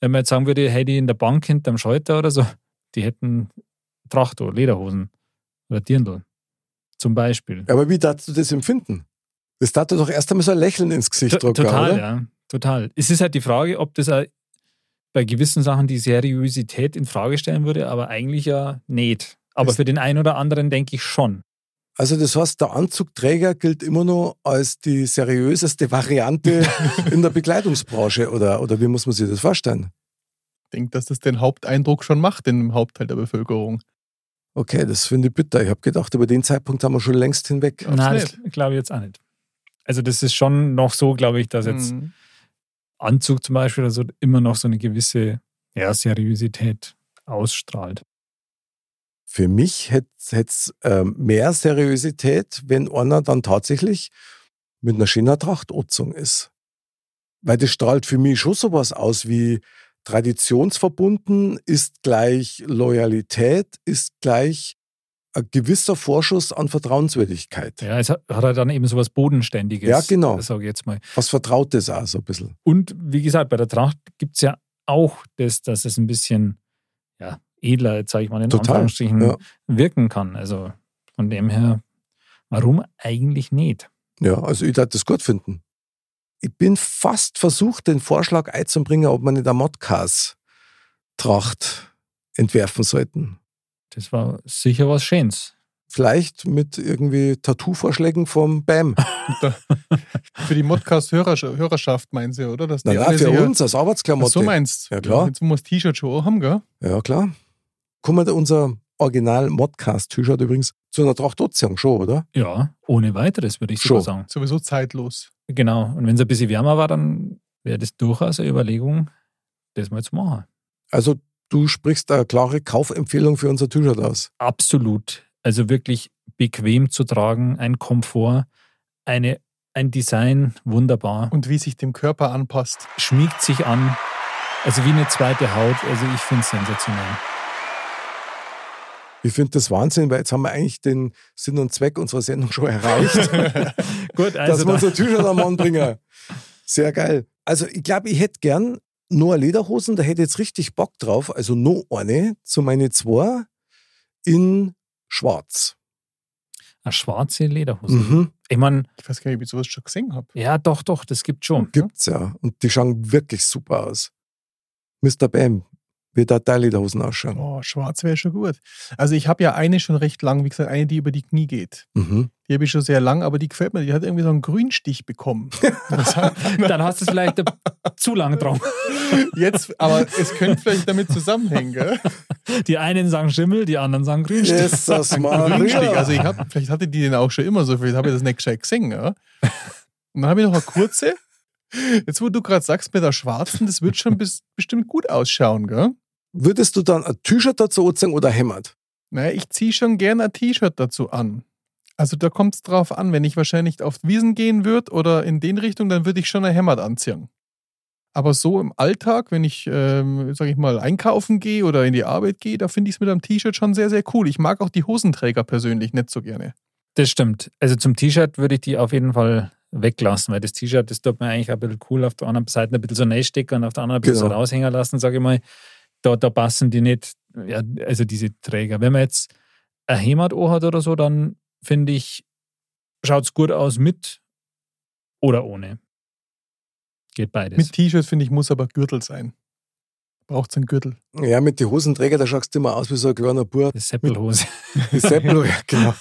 Wenn man jetzt sagen würde, hey, die in der Bank hinterm Schalter oder so, die hätten Tracht oder Lederhosen oder Dirndl zum Beispiel. Aber wie darfst du das empfinden? Das darf dir doch erst einmal so ein Lächeln ins Gesicht drücken, Total, oder? ja. Total. Es ist halt die Frage, ob das auch bei gewissen Sachen die Seriosität in Frage stellen würde, aber eigentlich ja nicht. Aber für den einen oder anderen denke ich schon. Also das heißt, der Anzugträger gilt immer noch als die seriöseste Variante in der Bekleidungsbranche, oder wie muss man sich das vorstellen? Ich denke, dass das den Haupteindruck schon macht im Hauptteil der Bevölkerung. Okay, das finde ich bitter. Ich habe gedacht, über den Zeitpunkt haben wir schon längst hinweg. Nein, das glaube ich jetzt auch nicht. Also das ist schon noch so, glaube ich, dass jetzt Anzug zum Beispiel oder so immer noch so eine gewisse Seriosität ausstrahlt. Für mich hätte es mehr Seriosität, wenn einer dann tatsächlich mit einer schönen Tracht angezogen ist. Weil das strahlt für mich schon sowas aus wie traditionsverbunden, ist gleich Loyalität, ist gleich ein gewisser Vorschuss an Vertrauenswürdigkeit. Ja, es hat halt dann eben sowas Bodenständiges. Ja, genau. Sage ich jetzt mal. Was Vertrautes auch so ein bisschen. Und wie gesagt, bei der Tracht gibt es ja auch das, dass es ein bisschen edler, jetzt sage ich mal in Anführungsstrichen, wirken kann. Also von dem her, warum eigentlich nicht? Ja, also ich würde das gut finden. Ich bin fast versucht, den Vorschlag einzubringen, ob man nicht eine Modcast-Tracht entwerfen sollten. Das war sicher was Schönes. Vielleicht mit irgendwie Tattoo-Vorschlägen vom BAM. Für die Modcast-Hörerschaft meinst du, oder? Dass die Nein, für uns als Arbeitsklamotte. So meinst du? Ja, klar. Jetzt muss das T-Shirt schon auch haben, gell? Ja, klar. Kann man unser Original-Modcast-T-Shirt übrigens zu einer Tracht anziehen, schon, oder? Ja, ohne weiteres, würde ich sogar Schon. sagen. Sowieso zeitlos. Genau. Und wenn es ein bisschen wärmer war, dann wäre das durchaus eine Überlegung, das mal zu machen. Also du sprichst eine klare Kaufempfehlung für unser T-Shirt aus. Absolut. Also wirklich bequem zu tragen, ein Komfort, ein Design, wunderbar. Und wie sich dem Körper anpasst. Schmiegt sich an, also wie eine zweite Haut. Also ich finde es sensationell. Ich finde das Wahnsinn, weil jetzt haben wir eigentlich den Sinn und Zweck unserer Sendung schon erreicht. Gut, also dass wir unser T-Shirt am Mann bringen. Sehr geil. Also ich glaube, ich hätte gern nur Lederhosen, da hätte ich jetzt richtig Bock drauf. Also nur eine zu meine zwei in schwarz. eine schwarze Lederhose. Mhm. Ich meine, Ich weiß gar nicht, ob ich sowas schon gesehen habe. ja, doch, das gibt schon. Gibt's ja. Und die schauen wirklich super aus. Mr. Bam, wie da deine Lederhosen ausschauen. Oh, schwarz wäre schon gut. Also ich habe ja eine schon recht lang, wie gesagt, eine, die über die Knie geht. Mhm. Die habe ich schon sehr lang, aber die gefällt mir. Die hat irgendwie so einen Grünstich bekommen. Dann hast du es vielleicht zu lang drauf. Jetzt, aber es könnte vielleicht damit zusammenhängen, gell? Die einen sagen Schimmel, die anderen sagen Grünstich. Jesus, Grünstich. Maria. Also vielleicht hatte die den auch schon immer so, vielleicht habe ich das nicht gescheit gesehen. Ja? Und dann habe ich noch eine kurze. Jetzt, wo du gerade sagst, mit der schwarzen, das wird schon bestimmt gut ausschauen, gell? Würdest du dann ein T-Shirt dazu anziehen oder Hemd? Naja, ich ziehe schon gerne ein T-Shirt dazu an. Also da kommt es drauf an, wenn ich wahrscheinlich auf Wiesen gehen würde oder in den Richtung, dann würde ich schon ein Hemd anziehen. Aber so im Alltag, wenn ich, sag ich mal, einkaufen gehe oder in die Arbeit gehe, da finde ich es mit einem T-Shirt schon sehr, sehr cool. Ich mag auch die Hosenträger persönlich nicht so gerne. Das stimmt. Also zum T-Shirt würde ich die auf jeden Fall weglassen, weil das T-Shirt, das tut mir eigentlich ein bisschen cool auf der anderen Seite ein bisschen so reinstecken und auf der anderen ein bisschen so raushängen lassen, sage ich mal. Da passen die nicht, ja, also diese Träger. Wenn man jetzt ein Hemd hat oder so, dann finde ich, schaut es gut aus mit oder ohne. Geht beides. Mit T-Shirt, finde ich, muss aber Gürtel sein. Braucht es einen Gürtel. Ja, mit den Hosenträger, da schaust du immer aus wie so ein kleiner Bub. Die Seppelhose. Die Seppel, ja, genau.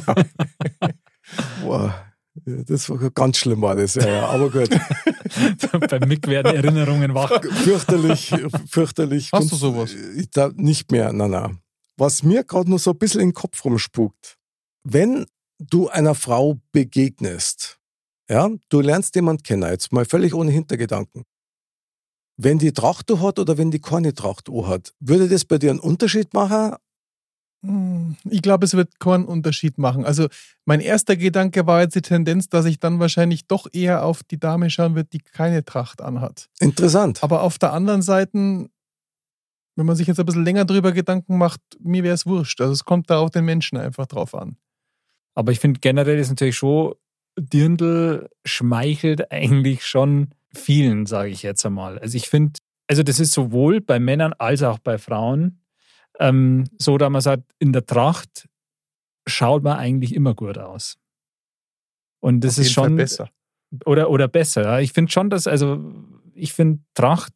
Boah, ja, das war ganz schlimm, war das. Ja, aber gut. Beim Mick werden Erinnerungen wach. Fürchterlich. Hast du sowas? Ich da nicht mehr, nein. Was mir gerade noch so ein bisschen in den Kopf rumspukt, wenn du einer Frau begegnest, ja, du lernst jemanden kennen, jetzt mal völlig ohne Hintergedanken. Wenn die Tracht hat oder wenn die keine Tracht hat, würde das bei dir einen Unterschied machen? Ich glaube, es wird keinen Unterschied machen. Also mein erster Gedanke war jetzt die Tendenz, dass ich dann wahrscheinlich doch eher auf die Dame schauen wird, die keine Tracht anhat. Interessant. Aber auf der anderen Seite, wenn man sich jetzt ein bisschen länger drüber Gedanken macht, mir wäre es wurscht. Also es kommt da auf den Menschen einfach drauf an. Aber ich finde generell ist natürlich schon, Dirndl schmeichelt eigentlich schon vielen, sage ich jetzt einmal. Also ich finde, Also das ist sowohl bei Männern als auch bei Frauen so, dass man sagt, in der Tracht schaut man eigentlich immer gut aus. Und das Auf ist jeden Fall schon besser. Oder besser. Ja. Ich finde schon, ich finde Tracht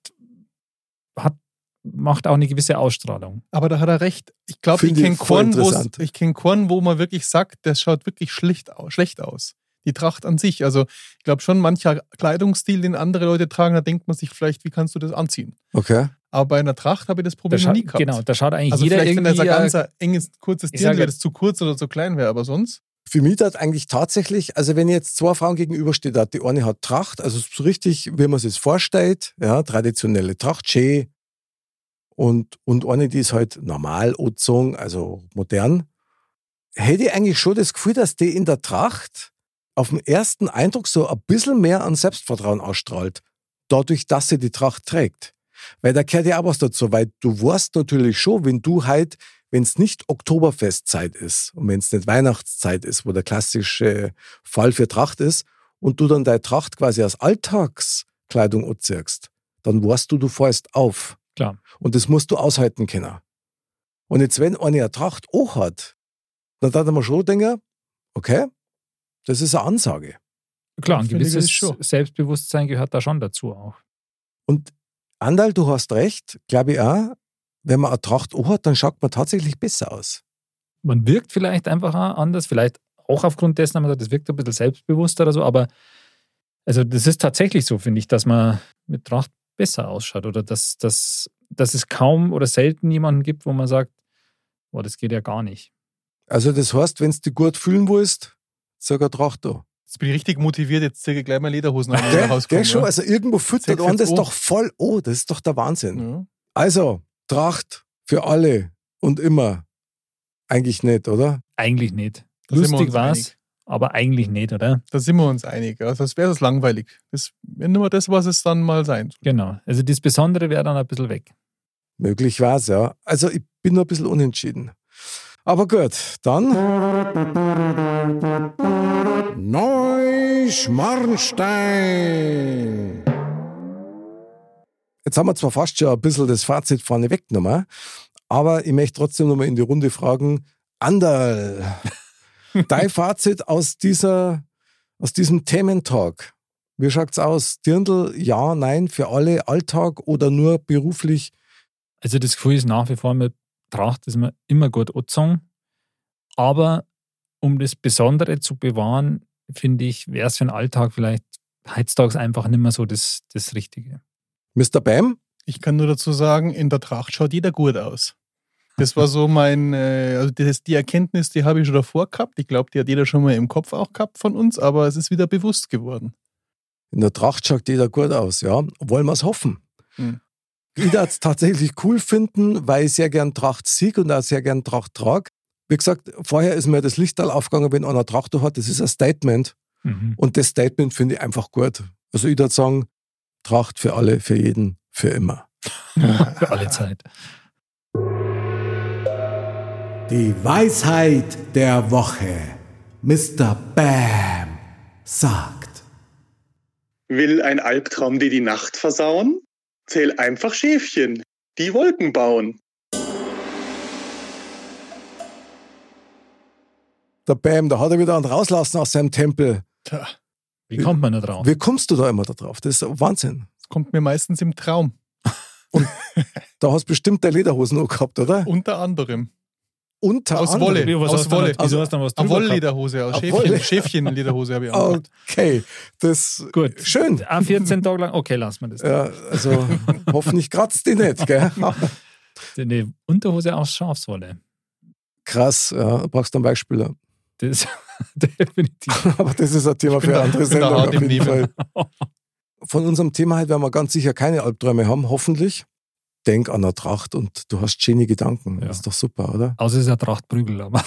macht auch eine gewisse Ausstrahlung. Aber da hat er recht. Ich glaube, ich Finde kenne ich voll Korn, wo man wirklich sagt, das schaut wirklich schlecht aus. Die Tracht an sich. Also ich glaube schon, mancher Kleidungsstil, den andere Leute tragen, da denkt man sich vielleicht, wie kannst du das anziehen? Okay. Aber bei einer Tracht habe ich das Problem noch nie gehabt. Genau, da schaut eigentlich Also jeder vielleicht, wenn irgendwie... das ein ganz enges, kurzes ich Dirndl sage- wäre, das zu kurz oder zu klein wäre, aber sonst? Für mich hat eigentlich tatsächlich, also wenn jetzt zwei Frauen gegenübersteht, die eine hat Tracht, also so richtig, wie man sich das vorstellt, ja, traditionelle Tracht, schön, und eine, die ist halt normal angezogen, also modern, hätte ich eigentlich schon das Gefühl, dass die in der Tracht auf den ersten Eindruck so ein bisschen mehr an Selbstvertrauen ausstrahlt, dadurch, dass sie die Tracht trägt. Weil da gehört ja auch was dazu, weil du weißt natürlich schon, wenn es nicht Oktoberfestzeit ist und wenn es nicht Weihnachtszeit ist, wo der klassische Fall für Tracht ist, und du dann deine Tracht quasi als Alltagskleidung anziehst, dann weißt du fällst auf. Klar. Und das musst du aushalten können. Und jetzt, wenn eine Tracht auch hat, dann darf man schon denken, okay, das ist eine Ansage. Klar, ein Finde ich gewisses das schon. Selbstbewusstsein gehört da schon dazu auch. Und Andal, du hast recht, glaube ich auch, wenn man eine Tracht hat, dann schaut man tatsächlich besser aus. Man wirkt vielleicht einfach auch anders, vielleicht auch aufgrund dessen, dass man sagt, das wirkt ein bisschen selbstbewusster oder so, aber also das ist tatsächlich so, finde ich, dass man mit Tracht besser ausschaut oder dass es kaum oder selten jemanden gibt, wo man sagt, boah, das geht ja gar nicht. Also das heißt, wenn du dich gut fühlen willst, sag eine Tracht da. Jetzt bin ich richtig motiviert, jetzt ziehe ich gleich mal Lederhosen an, wenn ich Gell, nach Hause komme. gell schon, also irgendwo füttert Zeig's man jetzt das an. doch voll an, das ist doch der Wahnsinn. Ja. Also, Tracht für alle und immer. Eigentlich nicht, oder? Eigentlich nicht. Da sind wir Lustig uns war es, einig. aber eigentlich nicht, oder? Da sind wir uns einig. Also das wäre das langweilig. Das wäre nur das, was es dann mal sein soll. Genau. Also das Besondere wäre dann ein bisschen weg. Möglich war es, ja. Also ich bin nur ein bisschen unentschieden. Aber gut, dann Neuschmarnstein. Jetzt haben wir zwar fast schon ein bisschen das Fazit vorne weggenommen, aber ich möchte trotzdem nochmal in die Runde fragen, Anderl, dein Fazit aus diesem Thementalk. Wie schaut's aus? Dirndl, ja, nein, für alle, Alltag oder nur beruflich? Also das Gefühl ist nach wie vor mit Tracht, ist man immer gut angezogen. Aber um das Besondere zu bewahren, finde ich, wäre es für den Alltag vielleicht heutzutage einfach nicht mehr so das Richtige. Mr. Bam? Ich kann nur dazu sagen, in der Tracht schaut jeder gut aus. Das war so die Erkenntnis, die habe ich schon davor gehabt. Ich glaube, die hat jeder schon mal im Kopf auch gehabt von uns, aber es ist wieder bewusst geworden. In der Tracht schaut jeder gut aus, ja. Wollen wir es hoffen. Hm. Ich würde es tatsächlich cool finden, weil ich sehr gern Tracht sieg und auch sehr gern Tracht trage. Wie gesagt, vorher ist mir das Lichterl aufgegangen, wenn einer Tracht hat. Das ist ein Statement. Mhm. Und das Statement finde ich einfach gut. Also ich würde sagen, Tracht für alle, für jeden, für immer. Für alle Zeit. Die Weisheit der Woche. Mr. Bam sagt: Will ein Albtraum dir die Nacht versauen? Zähl einfach Schäfchen, die Wolken bauen. Der Bam, da hat er wieder einen rauslassen aus seinem Tempel. Tja, Wie kommt man da drauf? Wie kommst du da immer da drauf? Das ist Wahnsinn. das kommt mir meistens im Traum. Da hast du bestimmt deine Lederhosen noch gehabt, oder? Unter anderem. Unter Aus anderem. Wolle. Was aus hast du Wolle. dann- wieso hast du dann was Eine drüber gehabt? Wolllederhose, aus Eine Wolle. Schäfchenlederhose habe ich auch gehabt. Okay, das Gut. schön. Auch 14 Tage lang? Okay, lassen wir das. Ja, also hoffentlich kratzt die nicht, gell? Eine Unterhose aus Schafswolle. Krass, ja, du brauchst einen Beispieler. Das definitiv. Aber das ist ein Thema Ich bin für da- eine andere ich bin da Sendung hart auf im jeden Nehmen. Fall. Von unserem Thema halt werden wir ganz sicher keine Albträume haben, hoffentlich. Denk an eine Tracht und du hast schöne Gedanken. Ja. Das ist doch super, oder? Außer es ist ein Trachtprügel. Aber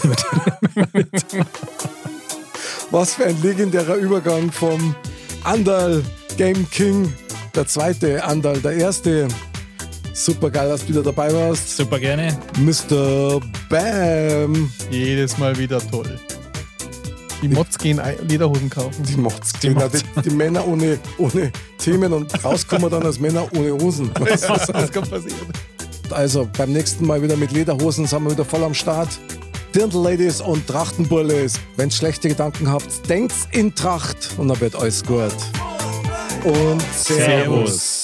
Was für ein legendärer Übergang vom Andal Game King, der zweite Andal, der erste. Super geil, dass du wieder dabei warst. super gerne. Mr. Bam. Jedes Mal wieder toll. Die Mods gehen Lederhosen kaufen. Die Mods. Genau, die Männer ohne Themen und rauskommen dann als Männer ohne Hosen. Das kann passieren. Also beim nächsten Mal wieder mit Lederhosen sind wir wieder voll am Start. Dirndl-Ladies und Trachtenbullis, wenn ihr schlechte Gedanken habt, denkt's in Tracht und dann wird alles gut. Und Servus.